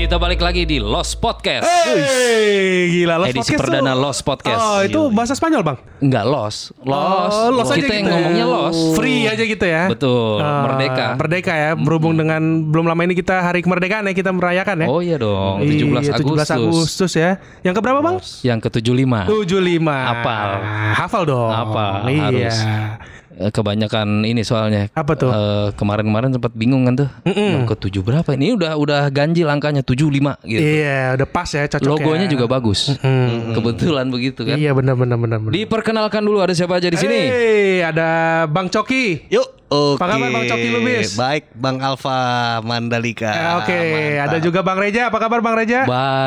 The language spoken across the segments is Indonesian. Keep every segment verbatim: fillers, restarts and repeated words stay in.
Kita balik lagi di Lost Podcast. Hey, gila Lost Edisi Podcast perdana tuh. Lost Podcast. Oh, itu bahasa Spanyol, Bang? Enggak Lost. Lost. Oh, lost aja Kita yang gitu ngomongnya ya. Lost. Free aja gitu ya. Betul. Ah, Merdeka. Merdeka ya. Berhubung dengan belum lama ini kita hari kemerdekaan ya, kita merayakan ya. Oh iya dong. tujuh belas Iya, tujuh belas Agustus ya. Yang keberapa, Bang? Yang ke tujuh puluh lima. tujuh puluh lima. Hafal. Hafal dong. Hafal, Iya. harus. Kebanyakan ini soalnya. Apa tuh? Eh, kemarin-kemarin sempat bingung kan tuh. Yang ke tujuh berapa? Ini udah udah ganjil angkanya tujuh puluh lima gitu. Iya, udah pas ya, cocok Logonya ya. juga bagus. Mm. Kebetulan begitu kan. Iya, benar benar benar. benar. Diperkenalkan dulu ada siapa aja di sini? Hey, ada Bang Coki. Yuk, oke. Apa kabar Bang Coki Lubis? Baik, Bang Alfa Mandalika. Eh, Oke, Mantap. ada juga Bang Reja. Apa kabar Bang Reja?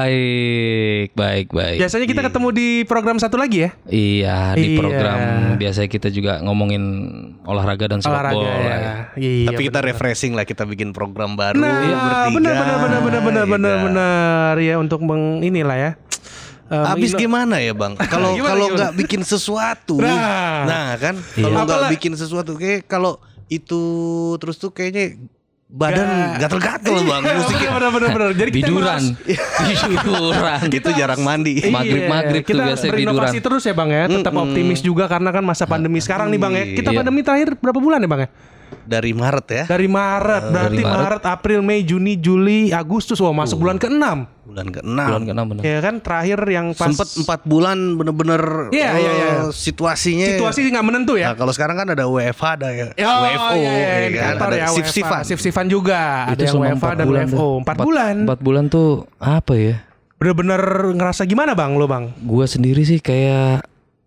Baik, baik, baik. Biasanya kita ketemu di program satu lagi ya? Iya, di Iya. program biasanya kita juga ngomongin olahraga dan sepak Olahraga bola. ya. ya. Iya, Tapi kita benar. refreshing lah, kita bikin program baru Nah, bertiga. benar benar benar benar benar Gitu. benar benar ya untuk meng inilah ya. Eh, Abis mengino- gimana ya Bang? Kalau Gimana, kalau gimana? nggak bikin sesuatu, Nah. nah, kan, Iya. kalau nggak Apalah- bikin sesuatu, kayak kalau itu terus tuh kayaknya badan Gak. gatel-gatel Bang. Iya, Musiknya benar benar benar. Jadi kita Biduran. harus- Biduran. itu jarang mandi. Iya, Maghrib-maghrib tuh kita biasanya berinovasi biduran. terus ya Bang ya. Tetap Mm-mm. optimis juga karena kan masa pandemi sekarang nih Bang ya. Kita Iya. pandemi terakhir berapa bulan ya Bang ya? Dari Maret ya, Dari Maret. Berarti Dari Maret. Maret, April, Mei, Juni, Juli, Agustus. Wah, masuk bulan keenam. bulan keenam. Bulan keenam benar. Ya kan terakhir yang pas Sempet empat bulan bener-bener Iya, eh, iya, iya. situasinya. situasi nggak menentu ya. Nah, kalau sekarang kan ada W F H, ada ya, Oh, W F O, iya, iya, ya di kan? kantor ada ya, sif-sifan. Sif-sifan juga. Ada yang selama W F A empat dan W bulan F O. tuh. Empat bulan. Empat bulan tuh apa ya? Bener-bener ngerasa gimana Bang lo Bang? Gua sendiri sih kayak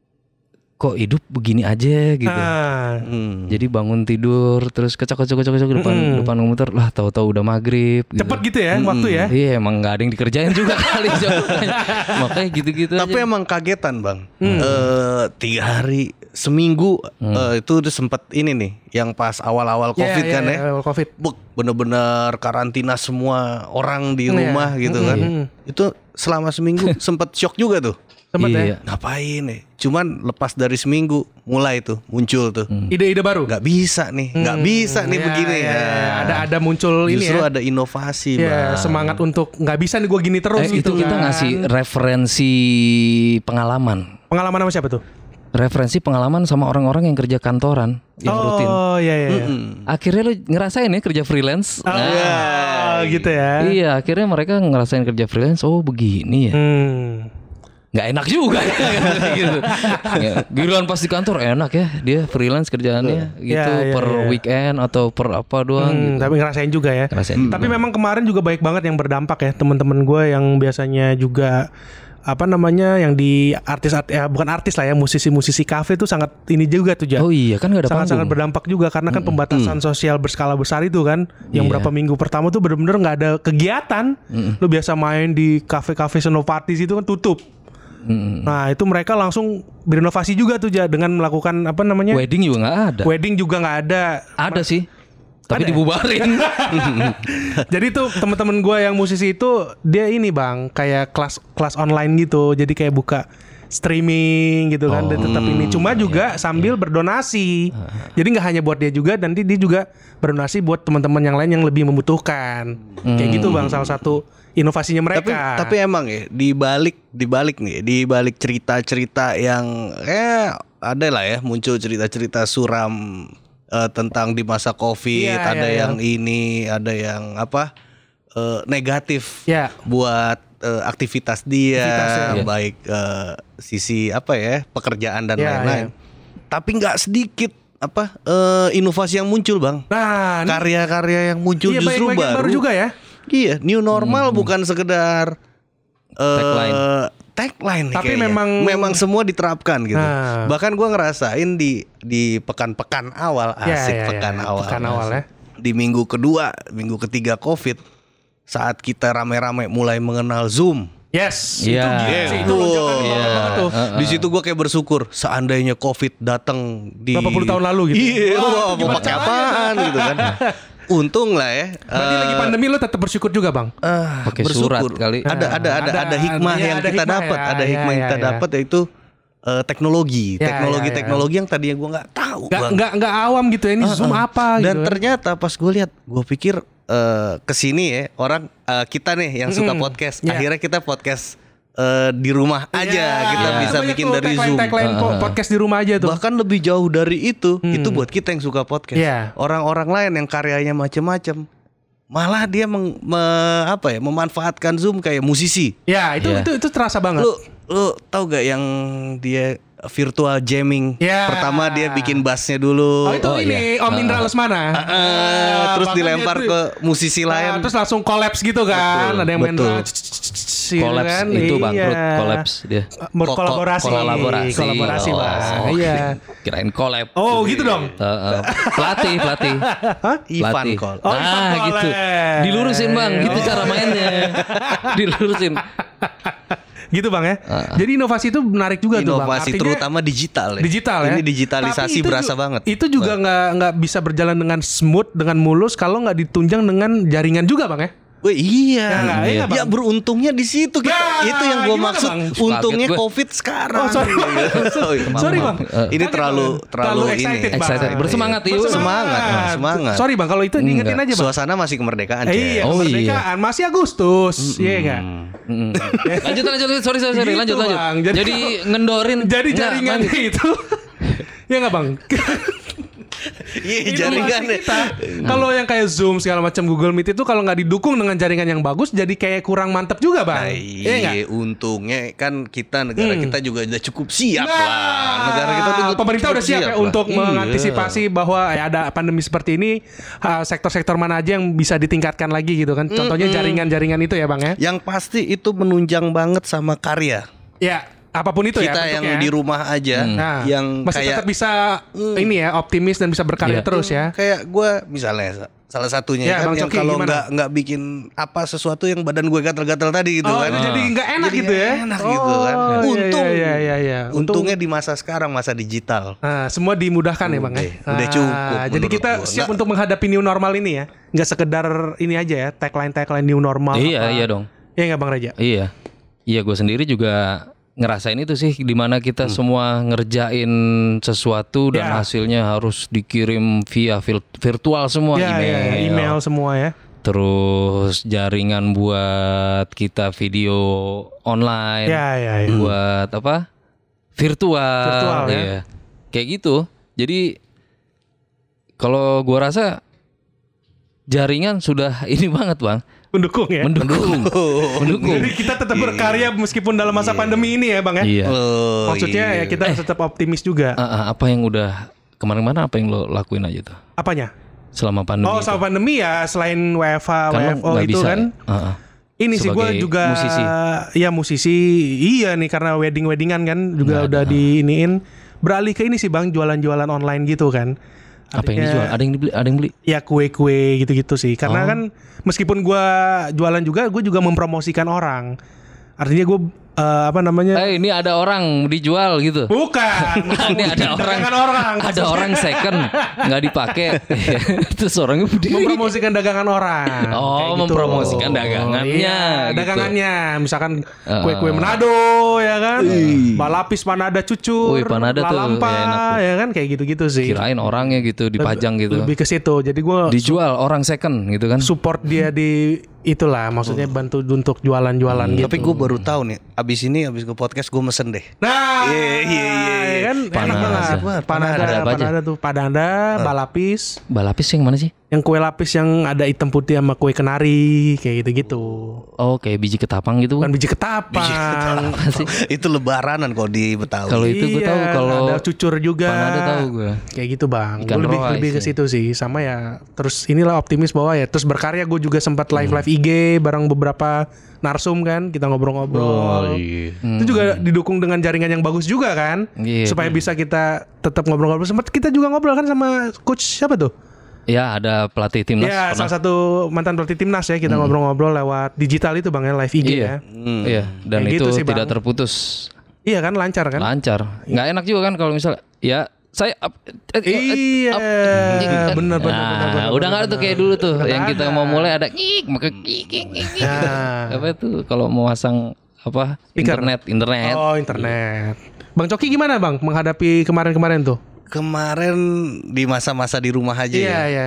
kok hidup begini aja gitu. Ah, Hmm. Jadi bangun tidur terus kecok kecok kecok kecok depan Mm-mm. depan komputer lah tahu-tahu udah maghrib. Gitu. cepet gitu ya waktu ya. Iya emang nggak ada yang dikerjain juga kali jawabannya. Makanya gitu-gitu Tapi aja. emang kagetan Bang. Hmm. Eh, tiga hari seminggu eh, itu udah sempet ini nih, yang pas awal-awal Covid Iya, kan iya, ya. iya, Covid. Buk, bener-bener karantina semua orang di Iya. rumah gitu kan. Mm-mm. Itu selama seminggu sempet shock juga tuh. Sempet Iya. ya. Ngapain nih? Cuman lepas dari seminggu mulai tuh muncul tuh. Ide-ide baru. Nggak bisa nih, nggak bisa nih Ya, begini ya, ya. ya. Ada ada muncul ini Justru ya. ada inovasi Ya, Bang. semangat untuk nggak bisa nih gue gini terus Eh, gitu itu kita kan. ngasih referensi pengalaman. Pengalaman sama siapa tuh? Referensi pengalaman sama orang-orang yang kerja kantoran yang rutin. Oh iya iya. iya. Mm-mm. Akhirnya lu ngerasain ya kerja freelance. Oh, Nah, gitu ya. iya, akhirnya mereka ngerasain kerja freelance. Oh begini ya. Hmm. Nggak enak juga ya, gitu. Ya, giliran pas di kantor enak ya, dia freelance kerjaannya gitu Ya, ya, per ya. weekend atau per apa doang. Hmm, gitu. tapi ngerasain juga ya. Ngerasain. Tapi memang kemarin juga baik banget yang berdampak ya teman-teman gue yang biasanya juga apa namanya yang di artis art, ya bukan artis lah ya, musisi-musisi kafe tuh sangat ini juga tuh Ja. Oh iya kan nggak ada sangat sangat panggung. berdampak juga karena kan pembatasan sosial berskala besar itu kan yang Iya. berapa minggu pertama tuh bener-bener nggak ada kegiatan. Lu biasa main di kafe-kafe Senopati itu kan tutup. Mm-mm. Nah itu mereka langsung berinovasi juga tuh Ja dengan melakukan apa namanya Wedding juga nggak ada. wedding juga nggak ada. Ada sih, tapi Ada ya? dibubarin. Jadi tuh teman-teman gue yang musisi itu dia ini bang kayak kelas kelas online gitu. Jadi kayak buka streaming gitu kan. Dia tetap ini. Cuma juga sambil berdonasi. Jadi nggak hanya buat dia juga, nanti dia juga berdonasi buat teman-teman yang lain yang lebih membutuhkan. Kayak gitu bang. Salah satu inovasinya Tapi mereka. tapi emang ya di balik di balik nih, di balik cerita-cerita yang eh ada lah ya, muncul cerita-cerita suram eh, tentang di masa Covid, Iya, ada iya, yang ini, ada yang apa? eh, negatif Ya. buat eh, aktivitas dia, Aktivitasnya. baik eh, sisi apa ya, pekerjaan dan Ya, lain-lain. ya. Tapi nggak sedikit apa eh, inovasi yang muncul, Bang. Nah, ini- Karya-karya yang muncul iya, justru baik-baik yang baru. baru juga ya. Iya, new normal bukan sekedar eh, Tagline. tagline nih Tapi kayaknya. memang- memang semua diterapkan gitu. Nah. Bahkan gua ngerasain di di pekan-pekan awal, Ya, asik ya, ya, pekan ya. awal. Pekan awal ya. Di minggu kedua, minggu ketiga Covid, saat kita rame-rame mulai mengenal Zoom. Yes, Iya. itu gila sih, itu Tuh. lonjakan Iya. banget tuh. Di situ gua kayak bersyukur seandainya Covid datang di Berapa puluh tahun lalu gitu. Iya, Wah, wah, itu mau gimana pakai caranya? apaan gitu kan. Untung lah ya. Berarti eh, lagi pandemi lo tetap bersyukur juga bang. Ah, Pakai bersyukur. surat kali. Ada ada ada Ada- ada hikmah iya, yang ada kita hikmah dapat, ya, ada ya, hikmah yang ya, kita ya. dapat yaitu eh, teknologi, Ya, teknologi ya, ya. teknologi yang tadinya gue nggak tahu, Nggak Bang. nggak nggak awam gitu ya ini Zoom apa Dan gitu. ternyata pas gue lihat, gue pikir uh, kesini ya orang uh, kita nih yang suka Mm. podcast, Yeah. akhirnya kita podcast uh, di rumah aja, Iya, kita iya. bisa Banyak bikin tuh dari tagline- Zoom. tagline po- podcast di rumah aja tuh. Bahkan lebih jauh dari itu, itu buat kita yang suka podcast. Iya. Orang-orang lain yang karyanya macam-macam, malah dia meng, me- apa ya, memanfaatkan Zoom kayak musisi. Ya, itu Iya. itu itu terasa banget. Lu lu tahu gak yang dia virtual jamming? Ya. Pertama dia bikin bassnya dulu. Oh itu Oh, ini iya. Om Indra Lesmana. Eh, Ah, terus bahkan dilempar dia ke tuh- musisi Nah, lain. terus langsung collapse gitu kan. Betul, Ada yang main betul. drum, gitu Kolaps kan. itu bangkrut, Iya. kolaps dia. Berkolaborasi. Kolaborasi. Kolaborasi, Oh, Bang. oh. Iya. Kirain kolab. Oh, gitu dong. Eh, eh. Pelatih, pelatih. Ivan Pelatih. Kol. Oh, Ivan Nah, Kol. gitu. Dilurusin bang, gitu Oh. cara mainnya. Dilurusin. Gitu Bang ya. Jadi inovasi itu menarik juga tuh Bang. Inovasi Artinya terutama digital ya. digital ya. Ini digitalisasi Tapi itu berasa ju- banget. Itu juga nggak nggak bisa berjalan dengan smooth, dengan mulus kalau nggak ditunjang dengan jaringan juga Bang ya. Wih, iya. Ya, nggak, iya, ya Bang. beruntungnya di situ kita. Ya, Itu yang gue gimana, maksud. Bang? Untungnya Kaget gue. Covid sekarang. Oh, sorry. Oh, iya, maaf, Sorry, maaf. Bang. Eh, Ini Kaget, terlalu Bang. terlalu, Terlalu ini. excited, Bang. Excited. Bersemangat yuk. Semangat, Bang, semangat. Sorry Bang kalau itu diingetin Enggak. aja Bang. Suasana masih kemerdekaan, Eh, Cek. iya, Oh, kemerdekaan masih Agustus, iya enggak? Mm. lanjut, lanjut, lanjut. Sorry, sorry, sorry. Gitu, Lanjut, lanjut. Bang. Jadi, Jadi ngendorin. Jadi Nggak, jaringannya lanjut. itu ya enggak Bang? Iya, Inovasi jaringannya. kita. Kalau yang kayak Zoom segala macam Google Meet itu kalau nggak didukung dengan jaringan yang bagus jadi kayak kurang mantep juga Bang. Nah, Iya enggak? iya, untungnya kan kita negara kita juga udah cukup siap Nah, lah. Negara kita tuh pemerintah cukup udah siap, ya lah. untuk Iya. mengantisipasi bahwa ya ada pandemi seperti ini, uh, sektor-sektor mana aja yang bisa ditingkatkan lagi gitu kan. Contohnya jaringan-jaringan itu ya Bang ya. Yang pasti itu menunjang banget sama karya. Ya, apapun itu Kita ya. yang bentuknya. di rumah aja, Nah, yang masih kayak tetap bisa ini ya optimis dan bisa berkarya Iya. terus ya. kayak gue misalnya salah satunya Ya, kan Bang yang Coki, kalau gimana? nggak nggak bikin apa sesuatu yang badan gue gatal-gatal tadi gitu Oh, kan. itu jadi nggak enak Jadi gitu ya. nggak enak gitu kan. Oh, iya, Untung, iya, iya, iya. Untung- untungnya di masa sekarang masa digital. Nah, semua dimudahkan ya Bang ya. Udah, udah cukup Jadi menurut kita gua. siap Nggak- untuk menghadapi new normal ini ya. Nggak sekedar ini aja ya, tagline-tagline new normal. Iya, apa. iya dong. Iya nggak Bang Raja? Iya. Iya, gue sendiri juga ngerasain itu sih, dimana kita semua ngerjain sesuatu dan Ya. hasilnya harus dikirim via vil- virtual semua, Iya, email. iya, iya, email semua ya. Terus jaringan buat kita video online, Iya, iya, iya. buat apa? Virtual, Virtual, ya. iya. Kayak gitu. Jadi kalau gua rasa jaringan sudah ini banget bang, Mendukung ya. mendukung, mendukung. Jadi kita tetap berkarya meskipun dalam masa pandemi ini ya Bang ya. Iya. Oh, Maksudnya iya. ya kita tetap optimis juga. Ah, ah, apa yang udah kemarin-kemarin apa yang lo lakuin aja tuh Apanya? selama pandemi? Oh, itu? sama pandemi ya selain W F H, Kan lo W F O nggak itu bisa kan. ya? Ah, ah. Ini sih gue Sebagai juga musisi. Iya musisi. Iya nih karena wedding-weddingan kan juga Nggak udah ada. diiniin. Beralih ke ini sih Bang, jualan-jualan online gitu kan. Apa yang Artinya, dijual? Ada yang dibeli? Ada yang beli? Ya kue-kue gitu-gitu sih. Karena Oh. kan meskipun gua jualan juga, gue juga mempromosikan orang. Artinya gue eh, apa namanya? Eh ini ada orang dijual gitu. Bukan. Ini ada orang, Dagangan orang. ada orang second nggak dipakai, terus orangnya berdiri. Mempromosikan dagangan orang. Oh, Kayak gitu. mempromosikan dagangannya, Iya, gitu. dagangannya. Misalkan Uh. kue-kue Manado ya kan. Balapis Panada cucur. Wih, Panada tuh, Lalampa, ya enak tuh. ya kan kayak gitu-gitu sih. Kirain orangnya gitu dipajang gitu. Lebih ke situ. Jadi gue Dijual orang second gitu kan. support dia di itulah maksudnya bantu untuk jualan-jualan gitu. Tapi gue baru tahu nih, abis ini abis ke podcast gue mesen deh. Nah, Iya, iya, iya, iya. kan enak Panas. banget. Banget. Panada, Ada apa aja? panada tuh, panada, balapis, Balapis yang mana sih? yang kue lapis yang ada hitam putih sama kue kenari kayak gitu-gitu. Oh, kayak biji ketapang gitu. Bukan biji ketapang. Apa sih? Itu lebaran kalau di Betawi. Kalau itu gue tahu, Iya, kalau ada cucur juga. Panada tahu gue. Kayak gitu bang. Ikan Gue lebih roa lebih ke isi. situ sih. Sama ya. Terus inilah optimis bahwa ya. Terus berkarya gue juga sempat live live I G bareng beberapa narsum kan. Kita ngobrol-ngobrol. Itu juga didukung dengan jaringan yang bagus juga kan. Iya, Supaya bisa kita tetap ngobrol-ngobrol. Sempat kita juga ngobrol kan sama coach siapa tuh? Ya ada pelatih timnas. Ya pernah. salah satu mantan pelatih timnas ya. Kita ngobrol-ngobrol lewat digital itu bang ya. Live I G Iya, ya. iya. Dan Kayak itu gitu sih, tidak Bang. terputus. Iya kan lancar kan. Lancar. Nggak enak juga kan kalau misalnya ya saya up, eh, eh, Iya, up, eh, kan. bener, bener, Nah, bener, bener, udah nggak ada tuh kayak dulu tuh Udah yang nggak kita ada. mau mulai ada kik maka kik kik kik, kik. Nah. Apa itu kalau mau pasang apa Speaker. internet internet Oh internet. Bang Coki gimana bang menghadapi kemarin-kemarin tuh? Kemarin di masa-masa di rumah aja Iya ya. iya.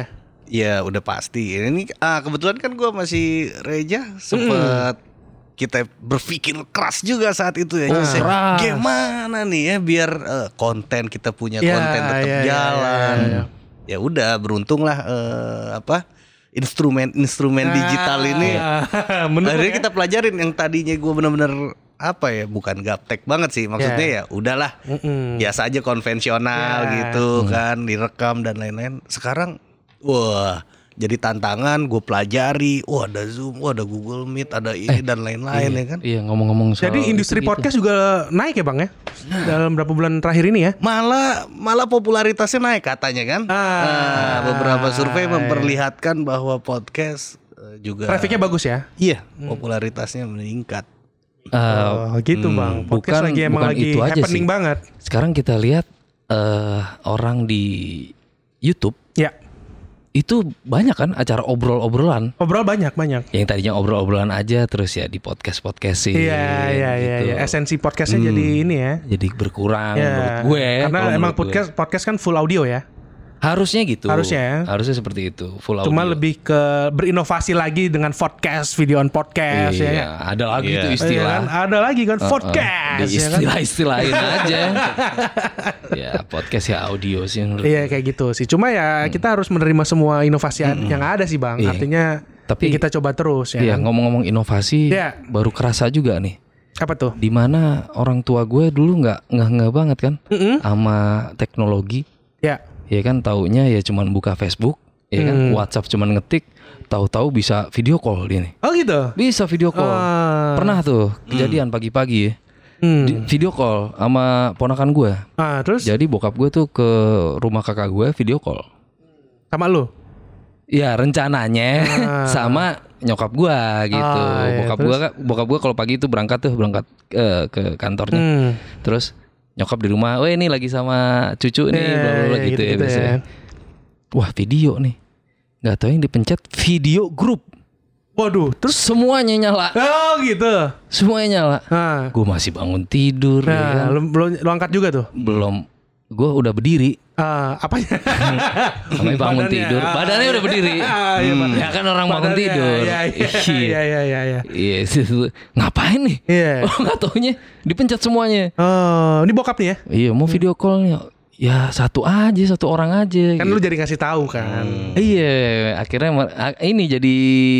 Ya udah pasti. Ini ah, kebetulan kan gue masih Reja sempet mm. kita berpikir keras juga saat itu ya. Oh, Jadi, keras. gimana nih ya biar uh, konten kita punya Ya, konten tetap ya, ya, jalan. ya, ya, ya. Ya udah beruntunglah uh, apa instrumen-instrumen Ah, digital ini. bener Akhirnya ya? kita pelajarin yang tadinya gue bener-bener apa ya, bukan gaptek banget sih maksudnya Ya. ya udahlah Mm-mm. biasa aja konvensional Ya. gitu kan, direkam dan lain-lain. Sekarang wah jadi tantangan, gue pelajari. Wah ada Zoom, wah ada Google Meet, ada ini dan lain-lain iya, ya kan. Iya ngomong-ngomong soal Jadi industri itu gitu. podcast juga naik ya bang ya dalam berapa bulan terakhir ini ya? Malah malah popularitasnya naik katanya kan. Ah. Nah, beberapa survei memperlihatkan bahwa podcast eh, juga Trafficnya bagus ya? iya, popularitasnya meningkat. Eh, Oh gitu bang. Podcast bukan- lagi emang bukan lagi itu aja happening sih. banget. Sekarang kita lihat eh orang di YouTube Ya. itu banyak kan acara obrol-obrolan. Obrol banyak banyak. Yang tadinya obrol-obrolan aja terus ya di podcast-podcast sih. Iya iya iya. gitu. Ya. Esensi podcastnya jadi ini ya. Jadi berkurang Ya. menurut gue. Karena kalau emang menurut gue. podcast podcast kan full audio ya. Harusnya gitu. Harusnya ya. Harusnya seperti itu. Full Cuma audio. lebih ke berinovasi lagi dengan podcast, videoan podcast Iya, ya. ada lagi Iya. tuh Iya istilah. kan? Ada lagi kan Uh-uh. podcast Di ya kan? istilah-istilahin aja. Ya podcast ya audio sih menurut Iya kayak gitu sih. Cuma ya kita harus menerima semua inovasi yang ada sih bang. Iya. Artinya Tapi- ya kita coba terus ya. Iya kan? ngomong-ngomong inovasi Iya. baru kerasa juga nih. Apa tuh? Dimana orang tua gue dulu nggak nggak nggak banget kan Mm-mm. sama teknologi. Ya. Ya kan taunya ya cuman buka Facebook, ya kan Hmm. WhatsApp cuman ngetik, tahu-tahu bisa video call dia nih. Oh gitu. Bisa video call. Ah. Pernah tuh kejadian pagi-pagi ya. Hmm. Di- video call sama ponakan gue. Ah terus Jadi bokap gue tuh ke rumah kakak gue video call. sama lu? Ya rencananya Ah. sama nyokap gue gitu. Ah, iya, bokap terus? gue bokap gue kalau pagi itu berangkat tuh berangkat eh, ke kantornya. Hmm. Terus nyokap di rumah, "Oh, ini lagi sama cucu nih," Iya, bla bla bla iya, gitu, ya gitu-gitu biasanya. ya. Wah, video nih. Nggak tahu yang dipencet video grup. Waduh, terus Semuanya nyala. oh gitu. Semuanya nyala. Nah, Gue masih bangun tidur ya kan. nah lu, belum lu angkat juga tuh. Belum. Gue udah berdiri. Ah, apanya? Sampai bangun Badannya. tidur. Ah, Badannya udah berdiri. Ah, iya, Hmm, badan- ya kan orang bangun Badannya, tidur. Iya, iya, iya, iya, iya, iya. Iya, situ. Ngapain nih? Iya. Oh, nggak taunya dipencet semuanya. Oh, ini bokap nih ya? Iya, mau video call ya satu aja, satu orang aja. Kan gitu. lu jadi ngasih tahu kan. Iya, akhirnya ma- a- ini jadi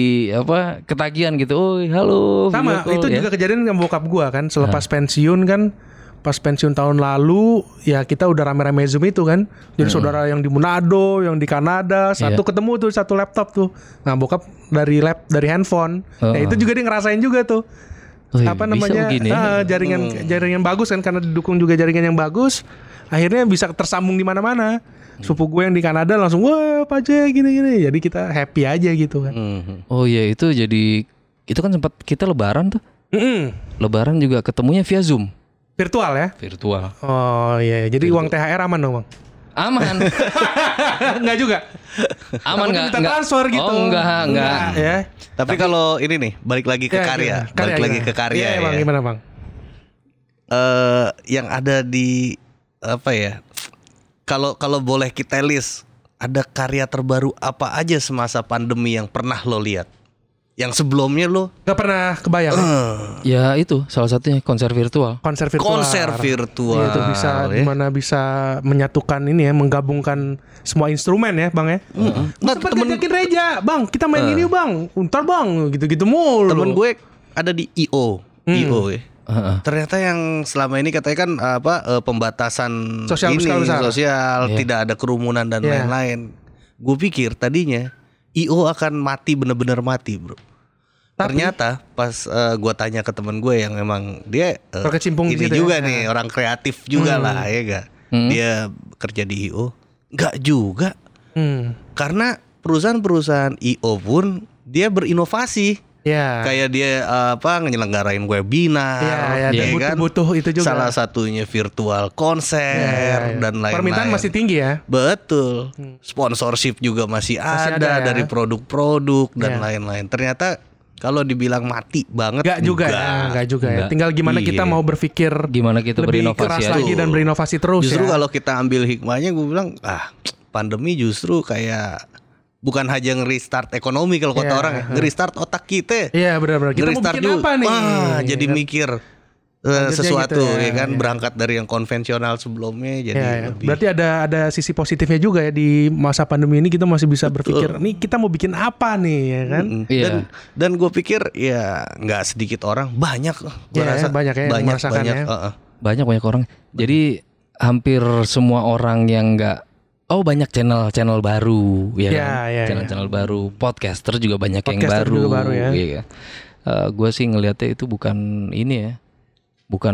apa ketagihan gitu. Oh, halo. Sama, video call, itu ya. juga kejadian sama bokap gua kan. Selepas pensiun kan, pas pensiun tahun lalu, ya kita udah rame-rame Zoom itu kan. Jadi saudara yang di Manado, yang di Kanada, satu Iya. ketemu tuh satu laptop tuh. Nah, bokap dari lap dari handphone. Nah, Heeh. itu juga dia ngerasain juga tuh. Oh, iya, apa bisa namanya? begini ya? ah, jaringan jaringan bagus kan karena didukung juga jaringan yang bagus. Akhirnya bisa tersambung di mana-mana. Sepupu gue yang di Kanada langsung, "Wah, Pak J gini-gini." Jadi kita happy aja gitu kan. Mhm. Oh iya, itu jadi itu kan sempat kita lebaran tuh. Mm-mm. Lebaran juga ketemunya via Zoom, Virtual ya? virtual. Oh iya, jadi uang T H R aman dong bang? Aman. Enggak juga? Aman Takutnya enggak? minta transfer gitu. Oh, enggak, enggak. ya. Tapi kalau ini nih balik lagi ke Ya, karya, ya. balik Karya lagi gimana? ke karya Iya, ya. bang, gimana bang? Eh, yang ada di apa ya? Kalau kalau boleh kita list, ada karya terbaru apa aja semasa pandemi yang pernah lo lihat? Yang sebelumnya lo Gak pernah kebayang ya? Ya itu salah satunya konser virtual. konser virtual. konser virtual. Iya, itu bisa ya. dimana bisa menyatukan ini ya, menggabungkan semua instrumen ya bang ya. Nggak, Sempat temen- ngajakin Reja, bang kita main ini yuk bang, ntar bang gitu-gitu mulu. Temen gue ada di I O, I O ya. Heeh. Ternyata yang selama ini katanya kan apa eh, pembatasan Sosial ini berskala besar. sosial, Iya. tidak ada kerumunan dan Iya. lain-lain. Gue pikir tadinya I O akan mati bener-bener mati, bro. Tapi- Ternyata pas eh, gue tanya ke temen gue yang memang dia eh, Berkecimpung di ini situ ya. juga nih orang kreatif juga lah ya gak. Hmm. Dia kerja di I O, nggak juga Hmm. karena perusahaan-perusahaan I O pun dia berinovasi. Ya. Kayak dia uh, apa nyelenggarain webinar, Iya, iya, dan ya kan? butuh-butuh itu juga. Salah satunya virtual konser Ya, ya, ya. dan lain-lain. Permintaan masih tinggi ya. Betul. Sponsorship juga masih, Masih ada, ada ya. dari produk-produk dan Ya. lain-lain. Ternyata kalau dibilang mati banget Enggak juga enggak. ya, enggak juga ya. Enggak. Tinggal gimana Iya. kita mau berpikir Gimana kita lebih berinovasi keras aja. lagi dan berinovasi terus Justru ya. kalau kita ambil hikmahnya, gue bilang ah pandemi justru kayak bukan hanya nge-restart ekonomi kalau kata Iya, orang ya, nge-restart otak kita. Iya benar-benar. Kita mau Nge-restart bikin juga. apa nih? Wah, jadi Kan? mikir eh, Lanjutnya sesuatu gitu ya, ya kan iya. berangkat dari yang konvensional sebelumnya jadi Ya, ya. lebih. Berarti ada ada sisi positifnya juga ya di masa pandemi ini kita masih bisa berpikir nih kita mau bikin apa nih ya kan? Mm. Iya. Dan dan gue pikir ya nggak sedikit orang, banyak gue Ya, rasa banyak ya yang banyak merasakan banyak. ya. uh-uh. Banyak banyak orang. Jadi hampir semua orang yang nggak oh banyak channel-channel baru ya, Ya, kan? ya, Channel-channel baru, podcaster juga banyak yang Podcaster baru. juga baru ya. Iya. Eh, gue sih ngelihatnya itu bukan ini ya. Bukan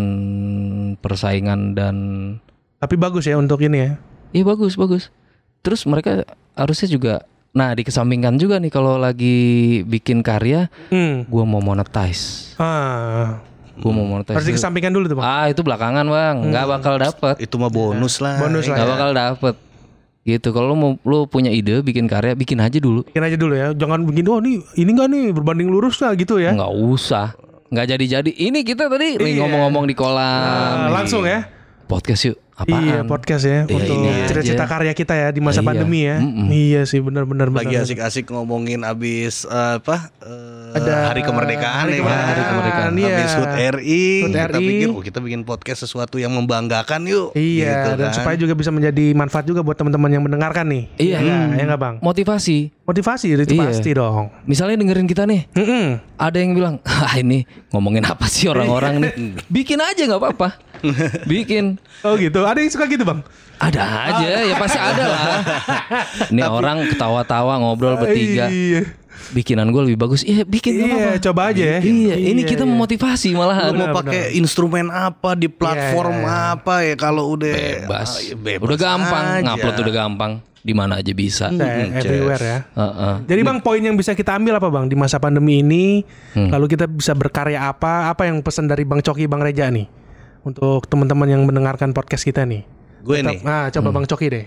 persaingan dan Tapi bagus ya untuk ini ya. iya bagus bagus. Terus mereka harusnya juga nah dikesampingkan juga nih kalau lagi bikin karya, Hmm. gue mau monetize. Ah. Gue mau monetize. Harus dikesampingkan dulu tuh bang. Ah itu belakangan bang, nggak bakal dapet. Itu mah bonus lah. Bonus lah. Nggak ya. bakal dapet. Gitu. Kalau lu mau lu punya ide bikin karya, bikin aja dulu. Bikin aja dulu ya. Jangan begini. Oh nih ini nggak nih berbanding lurus lah gitu ya. Nggak usah. Nggak jadi-jadi. Ini kita tadi nih Iya. ngomong-ngomong di kolam. Ah, nih. langsung ya. Podcast yuk. Apaan? Iya podcast ya Iya, untuk ini cerita-cerita aja. karya kita ya di masa Iya. pandemi ya. Mm-mm. Iya sih benar-benar. Lagi benar. asik-asik ngomongin abis eh, apa eh, Ada hari kemerdekaan hari ya kan? kemerdekaan, Hari kemerdekaan. iya. Habis H U T R I, H U T R I. kita pikir oh kita bikin podcast sesuatu yang membanggakan yuk. Iya Gitu dan kan. supaya juga bisa menjadi manfaat juga buat teman-teman yang mendengarkan nih. Iya. Ya, Hmm. ya nggak bang. Motivasi. Motivasi itu Iya. pasti dong. Misalnya dengerin kita nih. Mm-mm. Ada yang bilang, ah ini ngomongin apa sih orang-orang nih? Bikin aja nggak apa-apa. Bikin. Oh gitu. Ada yang suka gitu bang? Ada aja, ya pasti ada lah. Ini orang ketawa-tawa ngobrol bertiga. Iya. Bikinan gue lebih bagus. Iya, bikin nggak Iya, apa-apa. coba aja ya. Iya, ini Iya, kita iya. memotivasi Lu malahan. mau Benar, pakai instrumen apa di platform Iya, iya, iya. apa ya kalau udah Bebas. ah, ya bebas Udah gampang, aja. ngupload udah gampang. Di mana aja bisa. Saya Mm, everywhere yes. ya. Heeh. Jadi bang poin yang bisa kita ambil apa bang di masa pandemi ini? Lalu kita bisa berkarya apa? Apa yang pesan dari bang Coki, bang Reja nih untuk teman-teman yang mendengarkan podcast kita nih? Gue nih Nah coba bang Coki deh.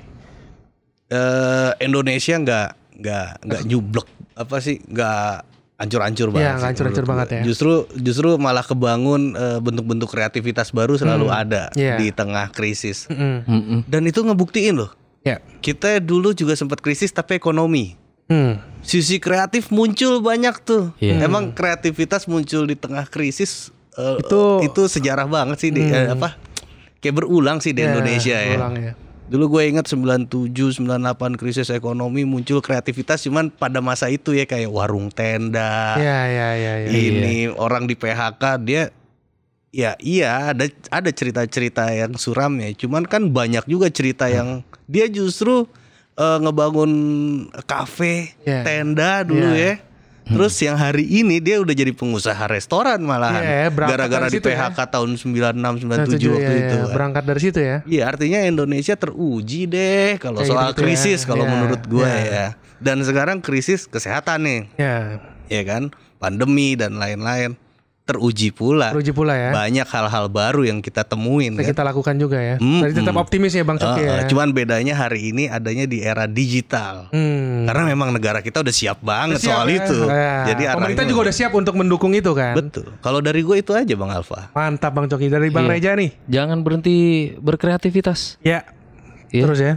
eh, Indonesia nggak nggak nggak jublek apa sih nggak hancur-hancur banget. Iya, sih nggak hancur-hancur menurut banget gue. ya. Justru justru malah kebangun eh, bentuk-bentuk kreativitas baru selalu ada Iya. di tengah krisis. Mm-mm. Mm-mm. Dan itu ngebuktiin loh. Ya. Kita dulu juga sempat krisis tapi ekonomi. Hmm. Sisi kreatif muncul banyak tuh. Iya. Emang kreativitas muncul di tengah krisis eh, Itu- itu sejarah banget sih di eh, apa? Kayak berulang sih di Ya, Indonesia ya. ulang ya. Dulu gue ingat sembilan tujuh sembilan delapan krisis ekonomi muncul kreativitas cuman pada masa itu ya kayak warung tenda. Ya ya ya ya. Ini orang di P H K dia ya iya ada ada cerita-cerita yang suram ya. Cuman kan banyak juga cerita yang dia justru eh, ngebangun kafe, Ya. tenda dulu Ya. ya. Terus yang hari ini dia udah jadi pengusaha restoran malahan. Iya, berangkat Gara-gara dari di situ P H K tahun sembilan enam sembilan Nah, tujuh tujuh, waktu ya, itu. ya. kan. Berangkat dari situ ya. Iya artinya Indonesia teruji deh kalau Kayak soal gitu ya. krisis kalau Ya, menurut gue ya. ya. Dan sekarang krisis kesehatan nih, Ya. ya kan, pandemi dan lain-lain teruji pula. Teruji pula ya. Banyak hal-hal baru yang kita temuin. Yang Kan? kita lakukan juga ya. Hmm, Berarti tetap hmm. optimis ya bang Coki Eh, ya. eh, Cuman bedanya hari ini adanya di era digital. Hmm. Karena memang negara kita udah siap banget Siap, soal ya. itu. Ya. Jadi pemerintah arahnya- juga udah siap untuk mendukung itu kan. Betul. Kalau dari gue itu aja Bang Alfa. Mantap bang Coki dari bang Iya. Reja nih. Jangan berhenti berkreativitas. Ya. Iya. Terus ya.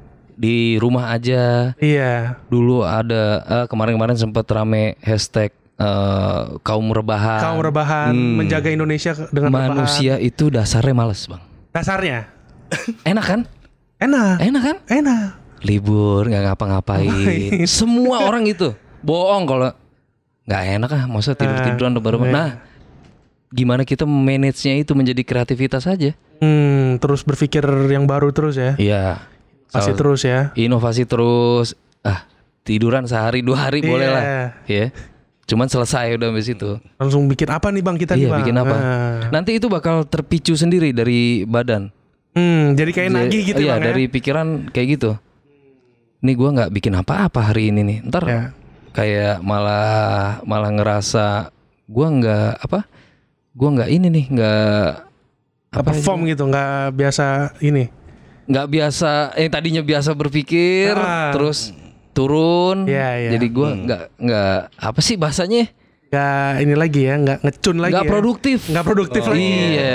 Di rumah aja. Iya. Dulu ada eh, kemarin-kemarin sempat rame hashtag eh, kaum rebahan. Kaum rebahan menjaga Indonesia dengan rebahan. Manusia itu dasarnya males bang. Dasarnya Enak kan? enak. Enak kan? Enak. Libur nggak ngapa-ngapain. Ngapain. Semua orang itu bohong kalau nggak enak ah. Masa tidur tiduran baru. iya. Nah, gimana kita manage-nya itu menjadi kreativitas aja? Hmm, terus berpikir yang baru terus ya. Iya. Masih Salah- terus ya. Inovasi terus. Ah, tiduran sehari dua hari boleh Iya. lah. Ya. Cuman selesai udah habis itu. Langsung bikin apa nih bang kita nih Iya, bang? bikin apa? Nah. Nanti itu bakal terpicu sendiri dari badan. Hmm, jadi kayak Jadi- nagih gitu iya, bang ya. dari pikiran kayak gitu. Nih gua nggak bikin apa-apa hari ini nih. Ntar Ya. kayak malah malah ngerasa gua nggak apa? Gua nggak ini nih, nggak Apa perform gitu, nggak biasa ini. nggak biasa. Eh tadinya biasa berpikir, Ah. terus turun. Iya, iya. Jadi gua nggak nggak apa sih bahasanya? Nggak ini lagi ya, nggak ngecun lagi. Nggak ya. produktif. Nggak produktif lagi. Iya.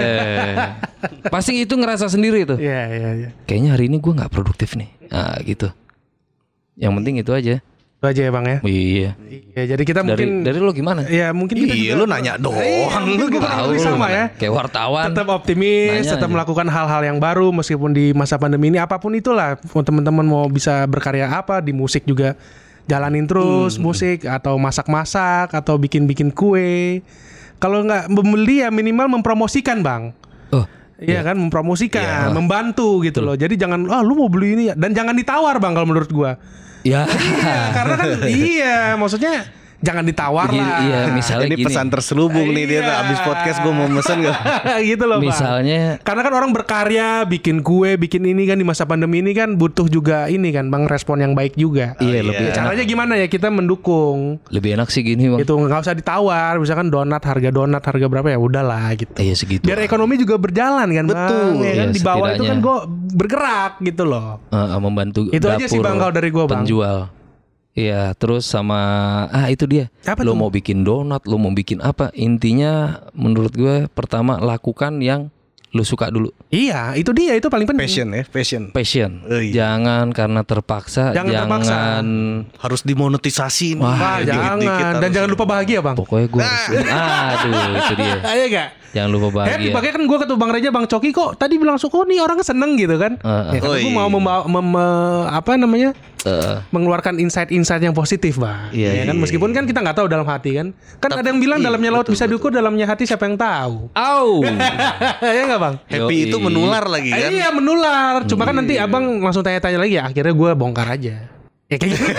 Pasti itu ngerasa sendiri tuh. Iya iya iya. Kayaknya hari ini gua nggak produktif nih. Nah gitu. Yang penting itu aja. Itu aja ya Bang ya. Iya. Iya, jadi kita Dari mungkin dari lo gimana? ya mungkin kita Iya, juga lu nanya Iya, doang. mungkin Lu kita tahu kurang lebih sama ya. Kayak wartawan. Tetap optimis, Nanya tetap aja. melakukan hal-hal yang baru meskipun di masa pandemi ini apapun itulah. Mau teman-teman mau bisa berkarya apa di musik juga jalanin terus Hmm. musik atau masak-masak atau bikin-bikin kue. Kalau nggak membeli ya minimal mempromosikan Bang. Oh, Iya kan mempromosikan, Iya. membantu gitu loh. Jadi jangan ah lu mau beli ini ya dan jangan ditawar Bang kalau menurut gua. ya. Iya, karena kan iya maksudnya jangan ditawar Gini, lah. iya, misalnya Ini gini. pesan terselubung nih dia Iya. abis podcast gue mau mesen gak? gitu loh Bang. Misalnya Karena kan orang berkarya, bikin kue, bikin ini kan di masa pandemi ini kan butuh juga ini kan Bang respon yang baik juga. iya iya. lebih Ya, enak. caranya gimana ya kita mendukung. Lebih enak sih gini, Bang. Gitu nggak usah ditawar, misalkan donat harga donat harga berapa ya udahlah gitu. Iya segitu. Biar ekonomi juga berjalan kan Bang. Betul. Ya kan Iya, di bawah itu kan setidaknya. gue bergerak gitu loh. Eh, membantu Itu aja sih, dapur Bang, kalau dari gua, Bang. penjual. Iya, terus sama ah itu dia. Apa lo tuh? mau bikin donat, lo mau bikin apa? Intinya menurut gue pertama lakukan yang lo suka dulu. Iya, itu dia itu paling penting. Passion ya, passion. Passion. Oh, iya. Jangan karena terpaksa, Jangan jangan, terpaksa. Harus dimonetisasi nih. Wah, Ya, dikit-dikit jangan dan harus. jangan lupa bahagia Bang. pokoknya gue harus aduh itu dia. Ayo gak? Jangan lupa Happy bahagia. pakai kan gue ketemu Bang Reja, Bang Coki kok tadi bilang suka nih orang seneng gitu kan? Eh, eh. Ya, karena Oh, gue iya. mau membawa, mem- me- apa namanya Eh, mengeluarkan insight-insight yang positif Bang. Iya, Ya kan iya. meskipun kan kita nggak tahu dalam hati kan. Kan ada yang bilang iya, dalamnya laut betul, bisa diukur, dalamnya hati siapa yang tahu? au. Ya nggak Bang? Happy Yoi. itu menular lagi Eh, kan? iya menular. Cuma kan nanti abang langsung tanya-tanya lagi ya. Akhirnya gue bongkar aja. Ya kayak gitu.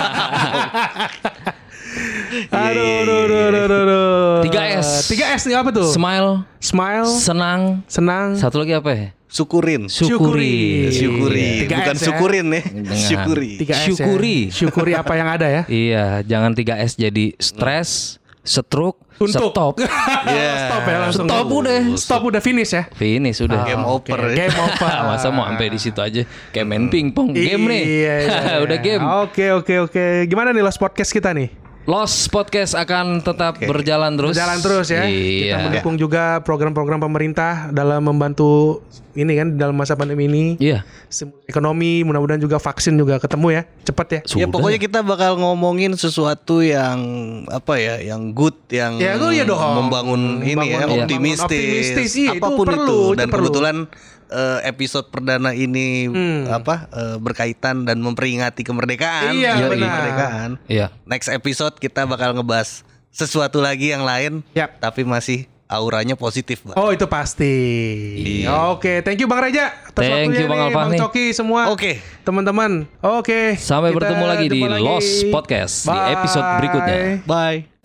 aduh, aduh, aduh, aduh, aduh, aduh. tiga S. tiga S nih apa tuh? Smile, Smile, senang. senang, Satu lagi apa ya? Syukurin. Syukuri. Syukuri. Tiga Bukan S ya. syukurin ya. Dengan Syukuri. tiga S ya. Syukuri. Syukuri apa yang ada ya. Iya, jangan tiga S jadi stres, stroke, Untuk. stop. Iya. Stop ya langsung. Stop udah. Stop udah finish ya. Finish udah. Game Oke, over ya. Game over. Masa mau sampai di situ aja kayak main pingpong game nih. Iya, iya, iya. Udah game. Oke, oke, oke. Gimana nih Lost Podcast kita nih? Lost Podcast akan tetap berjalan terus. Berjalan terus ya. Kita Iya. mendukung juga program-program pemerintah dalam membantu ini kan dalam masa pandemi ini. Iya. Stimulus ekonomi, mudah-mudahan juga vaksin juga ketemu ya, cepat ya. Ya Sudah. pokoknya kita bakal ngomongin sesuatu yang apa ya, yang good, yang Ya, itu ya dong. membangun ini ya, Membangun- optimistis, optimistis, iya, itu apapun itu, perlu, itu dan perlu. kebetulan eh, episode perdana ini Hmm. apa eh, berkaitan dan memperingati kemerdekaan, Iya, Hari benar. kemerdekaan. Iya. Next episode kita bakal ngebahas sesuatu lagi yang lain, Yap. tapi masih auranya positif, Bang. Oh itu pasti. Oke, thank you Bang Reja atas Thank waktunya you, Bang nih, Alfahmi. Bang Coki semua. Oke. Teman-teman. Oke. Sampai kita bertemu lagi di jumpa lagi. Lost Podcast di Bye. episode berikutnya. Bye.